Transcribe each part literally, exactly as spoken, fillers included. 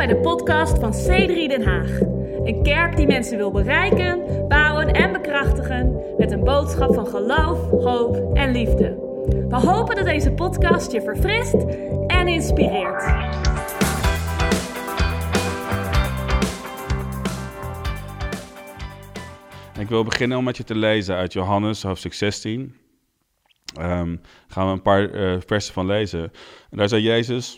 bij de podcast van C drie Den Haag. Een kerk die mensen wil bereiken, bouwen en bekrachtigen met een boodschap van geloof, hoop en liefde. We hopen dat deze podcast je verfrist en inspireert. Ik wil beginnen om met je te lezen uit Johannes, hoofdstuk zestien. Um, gaan we een paar uh, versen van lezen. En daar zei Jezus,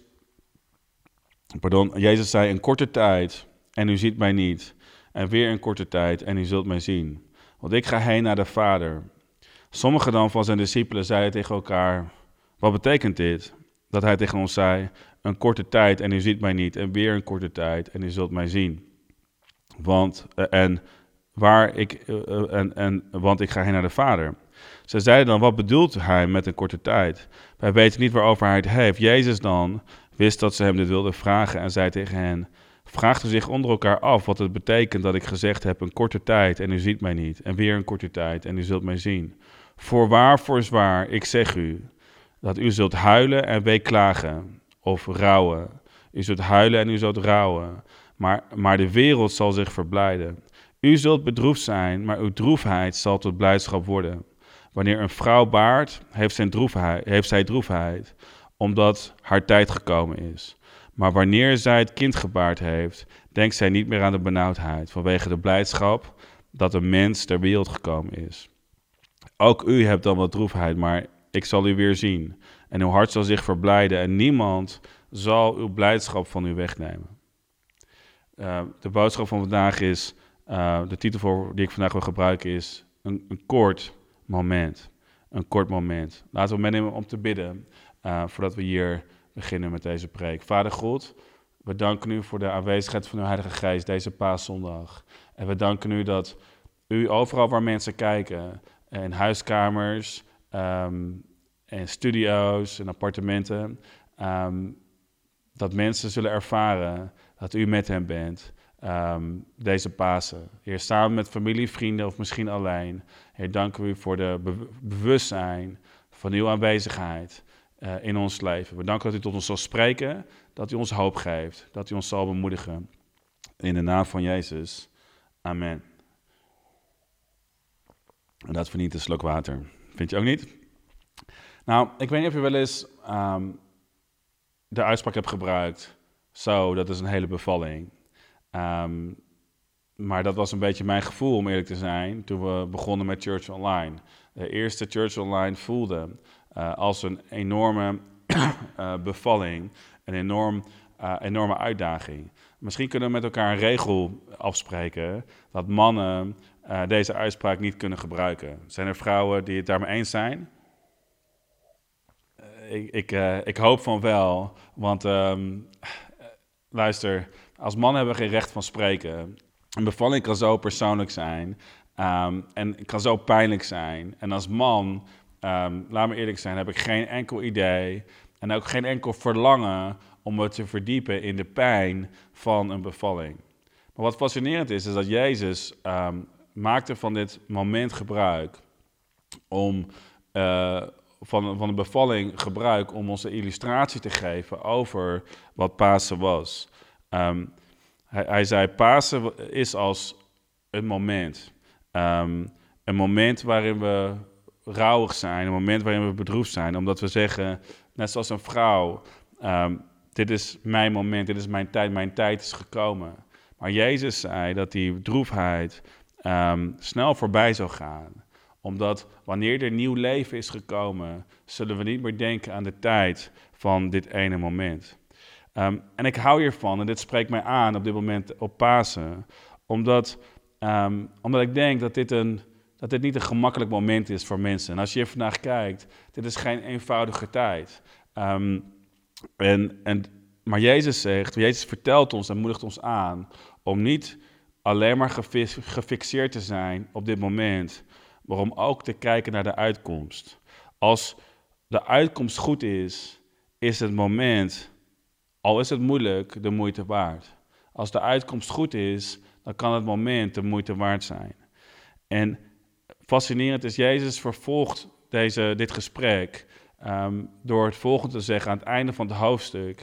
pardon, Jezus zei, een korte tijd en u ziet mij niet. En weer een korte tijd en u zult mij zien. Want ik ga heen naar de Vader. Sommigen dan van zijn discipelen zeiden tegen elkaar, wat betekent dit? Dat hij tegen ons zei, een korte tijd en u ziet mij niet. En weer een korte tijd en u zult mij zien. Want, uh, en... Waar ik, uh, en, en, want ik ga heen naar de Vader. Ze zeiden dan, wat bedoelt hij met een korte tijd? Wij weten niet waarover hij het heeft. Jezus dan wist dat ze hem dit wilden vragen en zei tegen hen, vraagt u zich onder elkaar af wat het betekent dat ik gezegd heb, een korte tijd en u ziet mij niet. En weer een korte tijd en u zult mij zien. Voorwaar, voorzwaar, ik zeg u, dat u zult huilen en weeklagen of rouwen. U zult huilen en u zult rouwen, maar, maar de wereld zal zich verblijden. U zult bedroefd zijn, maar uw droefheid zal tot blijdschap worden. Wanneer een vrouw baart, heeft, zijn droefheid, heeft zij droefheid, omdat haar tijd gekomen is. Maar wanneer zij het kind gebaard heeft, denkt zij niet meer aan de benauwdheid, vanwege de blijdschap dat een mens ter wereld gekomen is. Ook u hebt dan wat droefheid, maar ik zal u weer zien. En uw hart zal zich verblijden en niemand zal uw blijdschap van u wegnemen. Uh, de boodschap van vandaag is... Uh, de titel voor die ik vandaag wil gebruiken is een, een kort moment. Een kort moment. Laten we meenemen om te bidden uh, voordat we hier beginnen met deze preek. Vader God, we danken u voor de aanwezigheid van uw Heilige Geest deze paaszondag. En we danken u dat u overal waar mensen kijken, in huiskamers, um, in studio's, in appartementen, um, dat mensen zullen ervaren dat u met hen bent. Um, deze Pasen. Heer, samen met familie, vrienden of misschien alleen. Heer, danken we u voor de be- bewustzijn van uw aanwezigheid uh, in ons leven. We danken dat u tot ons zal spreken, dat u ons hoop geeft, dat u ons zal bemoedigen. In de naam van Jezus. Amen. En dat verdient een slok water. Vind je ook niet? Nou, ik weet niet of je wel eens um, de uitspraak hebt gebruikt. Zo, dat is een hele bevalling. Um, maar dat was een beetje mijn gevoel, om eerlijk te zijn, toen we begonnen met Church Online. De eerste Church Online voelde uh, als een enorme uh, bevalling, een enorm, uh, enorme uitdaging. Misschien kunnen we met elkaar een regel afspreken dat mannen uh, deze uitspraak niet kunnen gebruiken. Zijn er vrouwen die het daarmee eens zijn? Uh, ik, ik, uh, ik hoop van wel, want um, luister... Als man hebben we geen recht van spreken. Een bevalling kan zo persoonlijk zijn um, en kan zo pijnlijk zijn. En als man, um, laat me eerlijk zijn, heb ik geen enkel idee en ook geen enkel verlangen om me te verdiepen in de pijn van een bevalling. Maar wat fascinerend is, is dat Jezus um, maakte van dit moment gebruik om uh, van, van de bevalling gebruik om ons een illustratie te geven over wat Pasen was. Um, hij, hij zei, Pasen is als een moment. Um, een moment waarin we rouwig zijn, een moment waarin we bedroefd zijn. Omdat we zeggen, net zoals een vrouw, um, dit is mijn moment, dit is mijn tijd, mijn tijd is gekomen. Maar Jezus zei dat die droefheid um, snel voorbij zou gaan. Omdat wanneer er nieuw leven is gekomen, zullen we niet meer denken aan de tijd van dit ene moment. Um, en ik hou hiervan, en dit spreekt mij aan op dit moment op Pasen, omdat, um, omdat ik denk dat dit, een, dat dit niet een gemakkelijk moment is voor mensen. En als je hier vandaag kijkt, dit is geen eenvoudige tijd. Um, en, en, maar Jezus zegt, Jezus vertelt ons en moedigt ons aan om niet alleen maar gefi- gefixeerd te zijn op dit moment, maar om ook te kijken naar de uitkomst. Als de uitkomst goed is, is het moment... Al is het moeilijk, de moeite waard. Als de uitkomst goed is, dan kan het moment de moeite waard zijn. En fascinerend is, Jezus vervolgt deze, dit gesprek um, door het volgende te zeggen aan het einde van het hoofdstuk.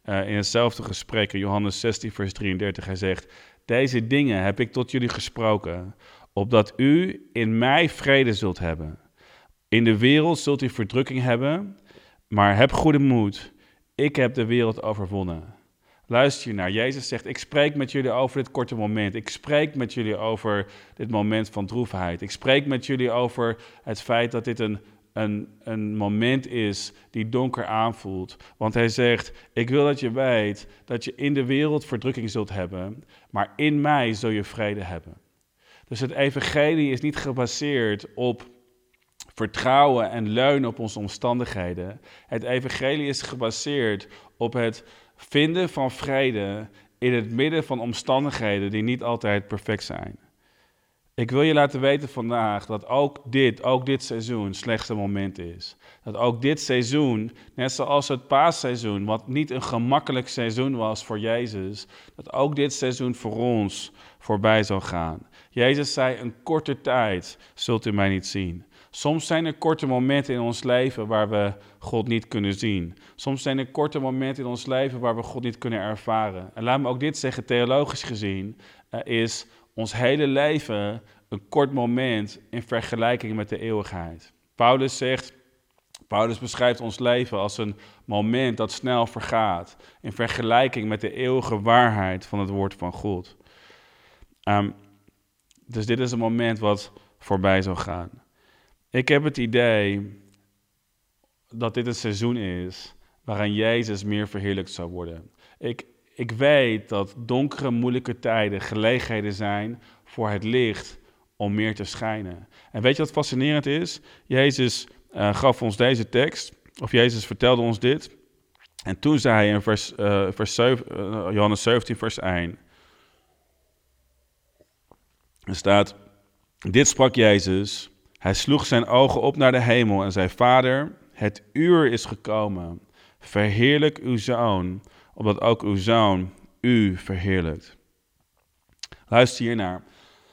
uh, in hetzelfde gesprek in Johannes zestien vers drieëndertig. Hij zegt, deze dingen heb ik tot jullie gesproken, opdat u in mij vrede zult hebben. In de wereld zult u verdrukking hebben, maar heb goede moed. Ik heb de wereld overwonnen. Luister hier naar. Jezus zegt, ik spreek met jullie over dit korte moment. Ik spreek met jullie over dit moment van droefheid. Ik spreek met jullie over het feit dat dit een, een, een moment is die donker aanvoelt. Want hij zegt, ik wil dat je weet dat je in de wereld verdrukking zult hebben, maar in mij zul je vrede hebben. Dus het evangelie is niet gebaseerd op vertrouwen en leunen op onze omstandigheden. Het evangelie is gebaseerd op het vinden van vrede in het midden van omstandigheden die niet altijd perfect zijn. Ik wil je laten weten vandaag dat ook dit, ook dit seizoen slechts een moment is. Dat ook dit seizoen, net zoals het paasseizoen, wat niet een gemakkelijk seizoen was voor Jezus, dat ook dit seizoen voor ons voorbij zal gaan. Jezus zei, een korte tijd zult u mij niet zien. Soms zijn er korte momenten in ons leven waar we God niet kunnen zien. Soms zijn er korte momenten in ons leven waar we God niet kunnen ervaren. En laat me ook dit zeggen, theologisch gezien, uh, is ons hele leven een kort moment in vergelijking met de eeuwigheid. Paulus zegt, Paulus beschrijft ons leven als een moment dat snel vergaat, in vergelijking met de eeuwige waarheid van het woord van God. Um, dus dit is een moment wat voorbij zal gaan. Ik heb het idee dat dit een seizoen is waarin Jezus meer verheerlijkt zou worden. Ik, ik weet dat donkere, moeilijke tijden gelegenheden zijn voor het licht om meer te schijnen. En weet je wat fascinerend is? Jezus uh, gaf ons deze tekst, of Jezus vertelde ons dit. En toen zei hij in vers, uh, vers zeven, uh, Johannes zeventien, vers één. Er staat, dit sprak Jezus. Hij sloeg zijn ogen op naar de hemel en zei, Vader, het uur is gekomen. Verheerlijk uw Zoon, opdat ook uw Zoon u verheerlijkt. Luister hiernaar.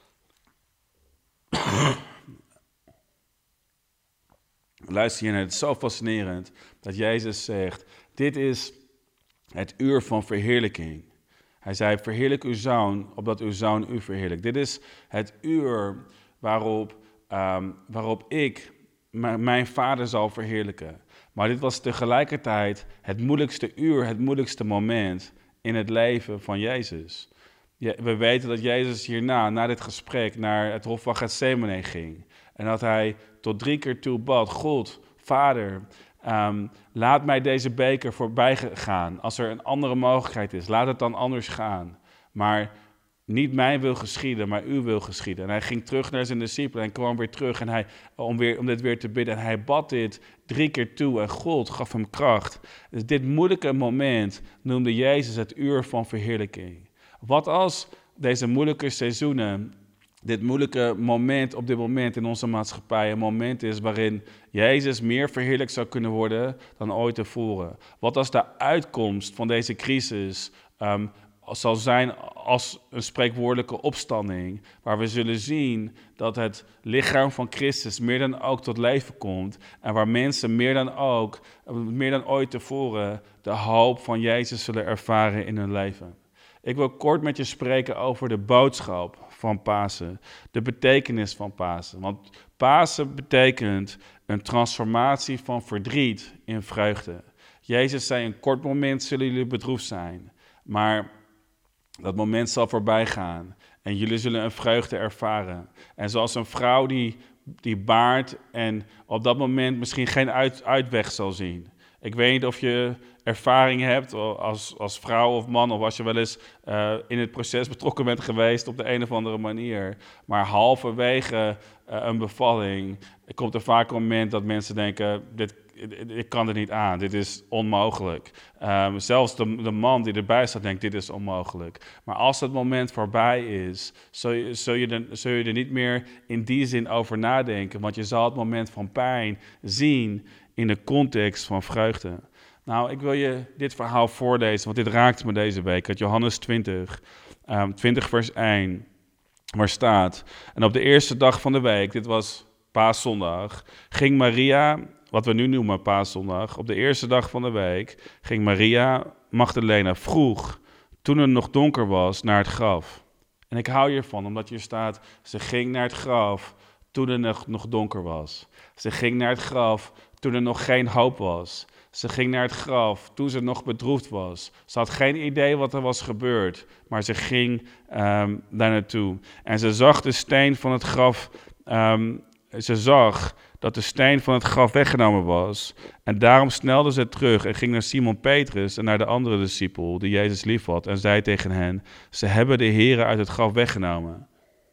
Luister hiernaar, het is zo fascinerend dat Jezus zegt, dit is het uur van verheerlijking. Hij zei, verheerlijk uw Zoon, opdat uw Zoon u verheerlijkt. Dit is het uur waarop... Um, waarop ik m- mijn vader zal verheerlijken. Maar dit was tegelijkertijd het moeilijkste uur, het moeilijkste moment in het leven van Jezus. Ja, we weten dat Jezus hierna, na dit gesprek, naar het hof van Gethsemane ging. En dat hij tot drie keer toe bad, God, Vader, um, laat mij deze beker voorbij gaan. Als er een andere mogelijkheid is, laat het dan anders gaan. Maar niet mijn wil geschieden, maar uw wil geschieden. En hij ging terug naar zijn discipelen en kwam weer terug en hij, om, weer, om dit weer te bidden. En hij bad dit drie keer toe en God gaf hem kracht. Dus dit moeilijke moment noemde Jezus het uur van verheerlijking. Wat als deze moeilijke seizoenen, dit moeilijke moment op dit moment in onze maatschappij een moment is waarin Jezus meer verheerlijkt zou kunnen worden dan ooit tevoren? Wat als de uitkomst van deze crisis um, zal zijn als een spreekwoordelijke opstanding, waar we zullen zien dat het lichaam van Christus meer dan ook tot leven komt en waar mensen meer dan ook, meer dan ooit tevoren, de hoop van Jezus zullen ervaren in hun leven. Ik wil kort met je spreken over de boodschap van Pasen, de betekenis van Pasen. Want Pasen betekent een transformatie van verdriet in vreugde. Jezus zei, een kort moment zullen jullie bedroefd zijn, maar dat moment zal voorbij gaan en jullie zullen een vreugde ervaren. En zoals een vrouw die, die baart en op dat moment misschien geen uit, uitweg zal zien. Ik weet niet of je ervaring hebt als, als vrouw of man, of als je wel eens uh, in het proces betrokken bent geweest op de een of andere manier. Maar halverwege uh, een bevalling komt er vaak een moment dat mensen denken, dit, ik kan er niet aan, dit is onmogelijk. Um, zelfs de, de man die erbij staat denkt, dit is onmogelijk. Maar als dat moment voorbij is, zul je, zul, je er, zul je er niet meer in die zin over nadenken. Want je zal het moment van pijn zien in de context van vreugde. Nou, ik wil je dit verhaal voorlezen, want dit raakt me deze week. Uit Johannes twintig, um, twintig vers één, waar staat: en op de eerste dag van de week, dit was Paaszondag, ging Maria, wat we nu noemen Paaszondag, op de eerste dag van de week ging Maria Magdalena vroeg, toen het nog donker was, naar het graf. En ik hou hiervan, omdat hier staat, ze ging naar het graf toen het nog, nog donker was. Ze ging naar het graf toen er nog geen hoop was. Ze ging naar het graf toen ze nog bedroefd was. Ze had geen idee wat er was gebeurd, maar ze ging um, daar naartoe. En ze zag de steen van het graf, um, ze zag dat de steen van het graf weggenomen was. En daarom snelde ze terug en ging naar Simon Petrus en naar de andere discipel die Jezus liefhad. En zei tegen hen, ze hebben de Here uit het graf weggenomen.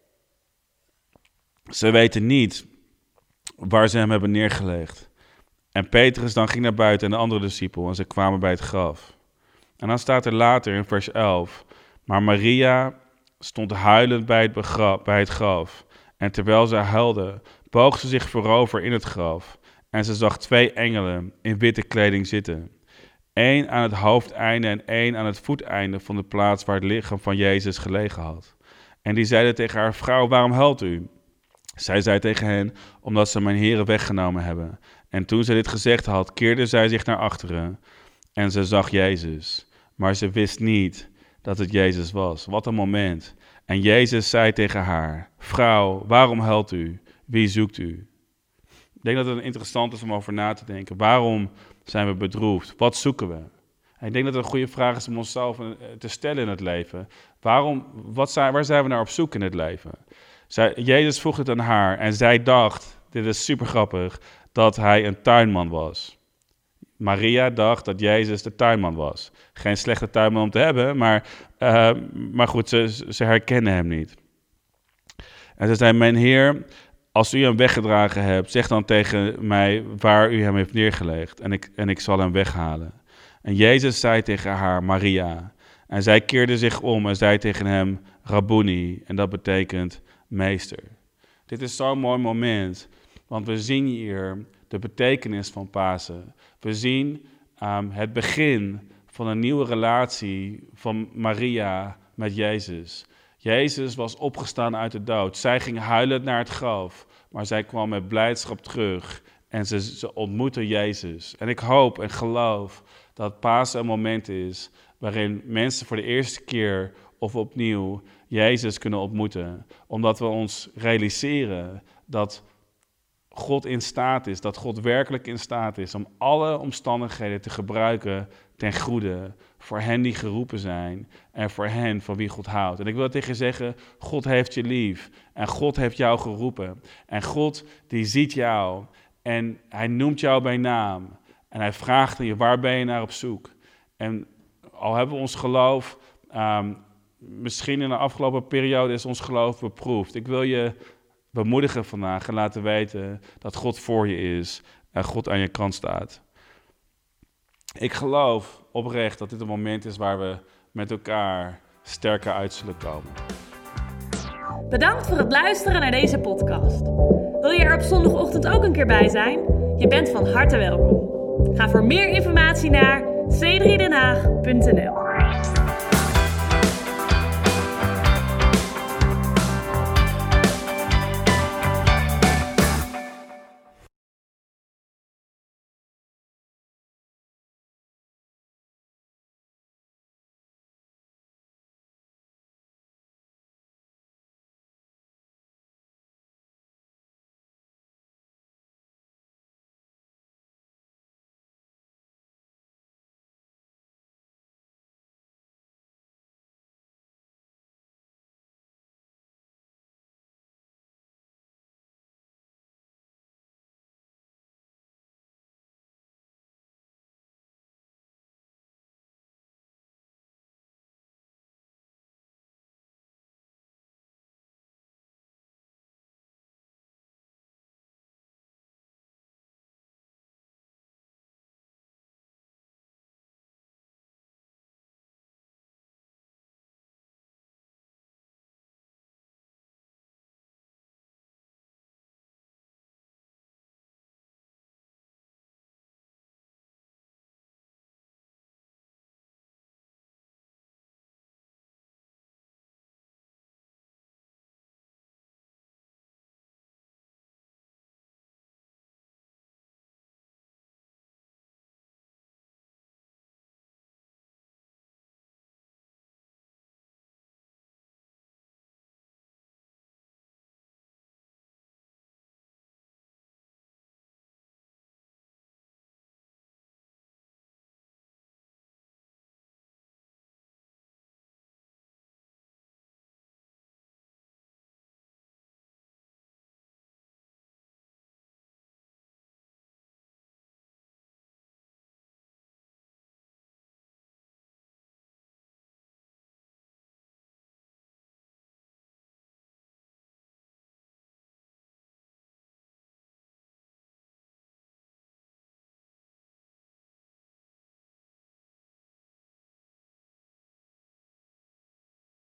Ze weten niet waar ze hem hebben neergelegd. En Petrus dan ging naar buiten en de andere discipel en ze kwamen bij het graf. En dan staat er later in vers elf, maar Maria stond huilend bij het, begra- bij het graf. En terwijl ze huilde, boog ze zich voorover in het graf. En ze zag twee engelen in witte kleding zitten. Eén aan het hoofdeinde en één aan het voeteinde van de plaats waar het lichaam van Jezus gelegen had. En die zeiden tegen haar, vrouw, waarom huilt u? Zij zei tegen hen, omdat ze mijn Here weggenomen hebben. En toen ze dit gezegd had, keerde zij zich naar achteren en ze zag Jezus. Maar ze wist niet dat het Jezus was. Wat een moment. En Jezus zei tegen haar, vrouw, waarom huilt u? Wie zoekt u? Ik denk dat het interessant is om over na te denken. Waarom zijn we bedroefd? Wat zoeken we? En ik denk dat het een goede vraag is om onszelf te stellen in het leven. Waarom, wat zijn, waar zijn we naar op zoek in het leven? Zij, Jezus vroeg het aan haar en zij dacht, dit is super grappig, dat hij een tuinman was. Maria dacht dat Jezus de tuinman was. Geen slechte tuinman om te hebben, maar, uh, maar goed, ze, ze herkennen hem niet. En ze zei, mijn Heer, als u hem weggedragen hebt, zeg dan tegen mij waar u hem heeft neergelegd en ik, en ik zal hem weghalen. En Jezus zei tegen haar, Maria. En zij keerde zich om en zei tegen hem, Rabboni, en dat betekent meester. Dit is zo'n mooi moment, want we zien hier de betekenis van Pasen. We zien um, het begin van een nieuwe relatie van Maria met Jezus. Jezus was opgestaan uit de dood. Zij ging huilend naar het graf, maar zij kwam met blijdschap terug en ze, ze ontmoette Jezus. En ik hoop en geloof dat Pasen een moment is waarin mensen voor de eerste keer of opnieuw Jezus kunnen ontmoeten. Omdat we ons realiseren dat God in staat is, dat God werkelijk in staat is om alle omstandigheden te gebruiken ten goede voor hen die geroepen zijn en voor hen van wie God houdt. En ik wil tegen je zeggen, God heeft je lief en God heeft jou geroepen. En God die ziet jou en hij noemt jou bij naam en hij vraagt aan je, waar ben je naar op zoek? En al hebben we ons geloof, um, misschien in de afgelopen periode is ons geloof beproefd. Ik wil je bemoedigen vandaag en laten weten dat God voor je is en God aan je kant staat. Ik geloof oprecht dat dit een moment is waar we met elkaar sterker uit zullen komen. Bedankt voor het luisteren naar deze podcast. Wil je er op zondagochtend ook een keer bij zijn? Je bent van harte welkom. Ga voor meer informatie naar c drie den haag punt n l.